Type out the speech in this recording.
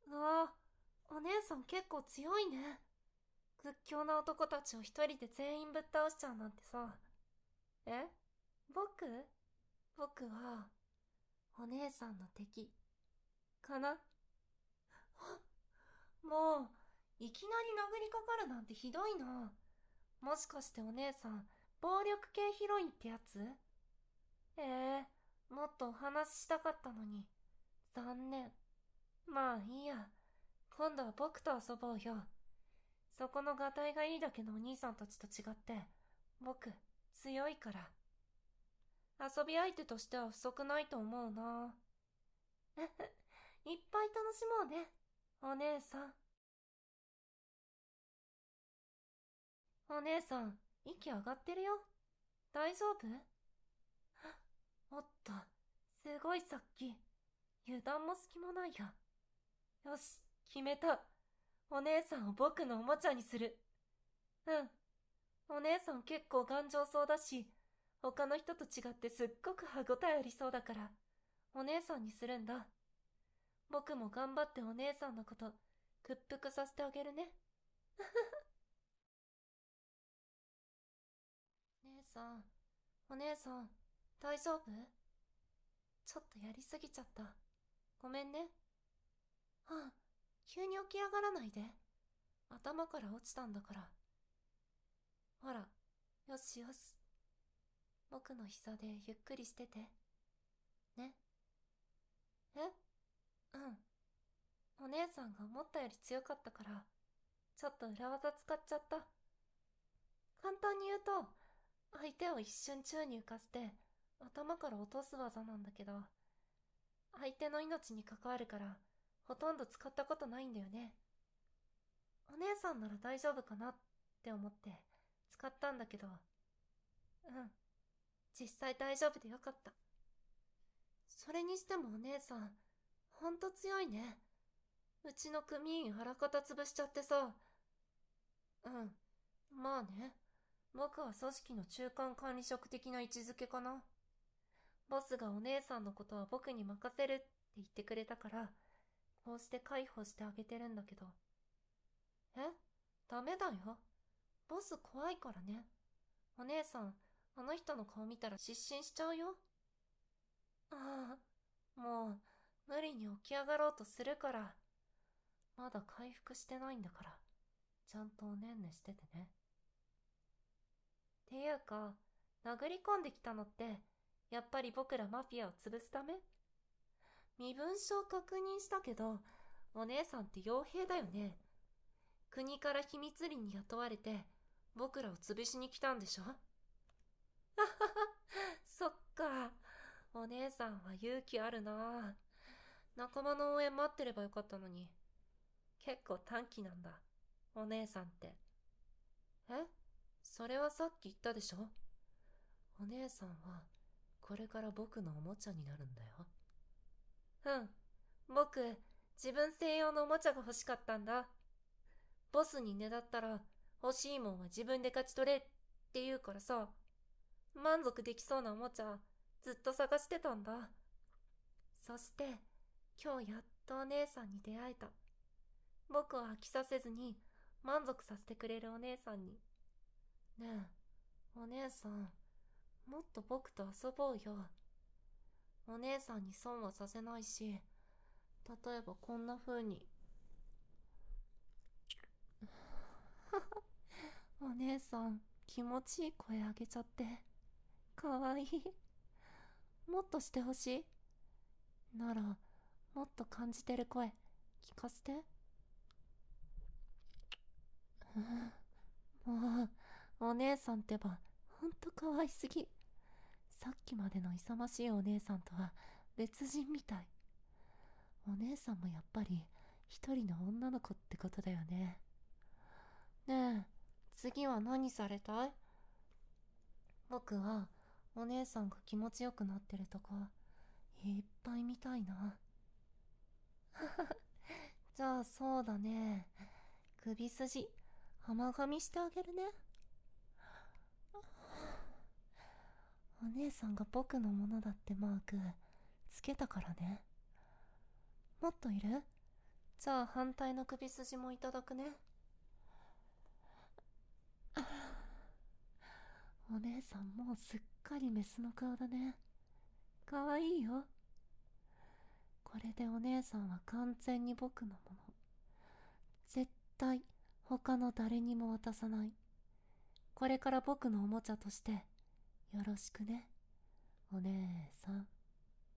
うわぁ、お姉さん結構強いね。屈強な男たちを一人で全員ぶっ倒しちゃうなんてさ。え僕僕は、お姉さんの敵、かな。もう、いきなり殴りかかるなんてひどいな。もしかしてお姉さん、暴力系ヒロインってやつ？もっとお話ししたかったのに。残念。まあいいや。今度は僕と遊ぼうよ。そこのがたいがいいだけのお兄さんたちと違って、僕、強いから。遊び相手としては不足ないと思うな。いっぱい楽しもうね、お姉さん。お姉さん、息上がってるよ。大丈夫？おっと、すごいさっき。油断も隙もないや。よし、決めた。お姉さんを僕のおもちゃにする。うん。お姉さん結構頑丈そうだし、他の人と違ってすっごく歯ごたえありそうだから、お姉さんにするんだ。僕も頑張ってお姉さんのこと屈服させてあげるね。姉さん、お姉さん、大丈夫？ちょっとやりすぎちゃった。ごめんね。ああ、急に起き上がらないで。頭から落ちたんだから。ほら、よしよし。僕の膝でゆっくりしてて。ね。え？うん。お姉さんが思ったより強かったから、ちょっと裏技使っちゃった。簡単に言うと、相手を一瞬宙に浮かせて、頭から落とす技なんだけど、相手の命に関わるから、ほとんど使ったことないんだよね。お姉さんなら大丈夫かなって思って使ったんだけど、うん、実際大丈夫でよかった。それにしてもお姉さん、ほんと強いね。うちの組員あらかた潰しちゃってさ。うん、まあね。僕は組織の中間管理職的な位置づけかな。ボスがお姉さんのことは僕に任せるって言ってくれたから、こうして介抱してあげてるんだけど。え？ダメだよ。ボス怖いからね。お姉さん、あの人の顔見たら失神しちゃうよ。ああ、もう、無理に起き上がろうとするから。まだ回復してないんだから、ちゃんとおねんねしててね。っていうか、殴り込んできたのって、やっぱり僕らマフィアを潰すため？身分証確認したけど、お姉さんって傭兵だよね。国から秘密裏に雇われて、僕らを潰しに来たんでしょ？そっか。お姉さんは勇気あるな。仲間の応援待ってればよかったのに。結構短気なんだ、お姉さんって。え？それはさっき言ったでしょ？お姉さんは、これから僕のおもちゃになるんだよ。うん。僕、自分専用のおもちゃが欲しかったんだ。ボスにねだったら、欲しいもんは自分で勝ち取れって言うからさ、満足できそうなおもちゃ、ずっと探してたんだ。そして、今日やっとお姉さんに出会えた。僕を飽きさせずに、満足させてくれるお姉さんに。ねえ、お姉さん、もっと僕と遊ぼうよ。お姉さんに損はさせないし、例えばこんな風に。お姉さん、気持ちいい声あげちゃって。かわいい。もっとしてほしい。なら、もっと感じてる声、聞かせて。もう、お姉さんってば、ほんと可愛すぎ。さっきまでの勇ましいお姉さんとは別人みたい。お姉さんもやっぱり一人の女の子ってことだよね。ねえ、次は何されたい？僕はお姉さんが気持ちよくなってるとこいっぱい見たいな。じゃあそうだね。首筋、甘噛みしてあげるね。お姉さんが僕のものだってマークつけたからね。もっといる？ じゃあ反対の首筋もいただくね。お姉さんもうすっかりメスの顔だね。かわいいよ。これでお姉さんは完全に僕のもの。絶対他の誰にも渡さない。これから僕のおもちゃとしてよろしくね、お姉さん。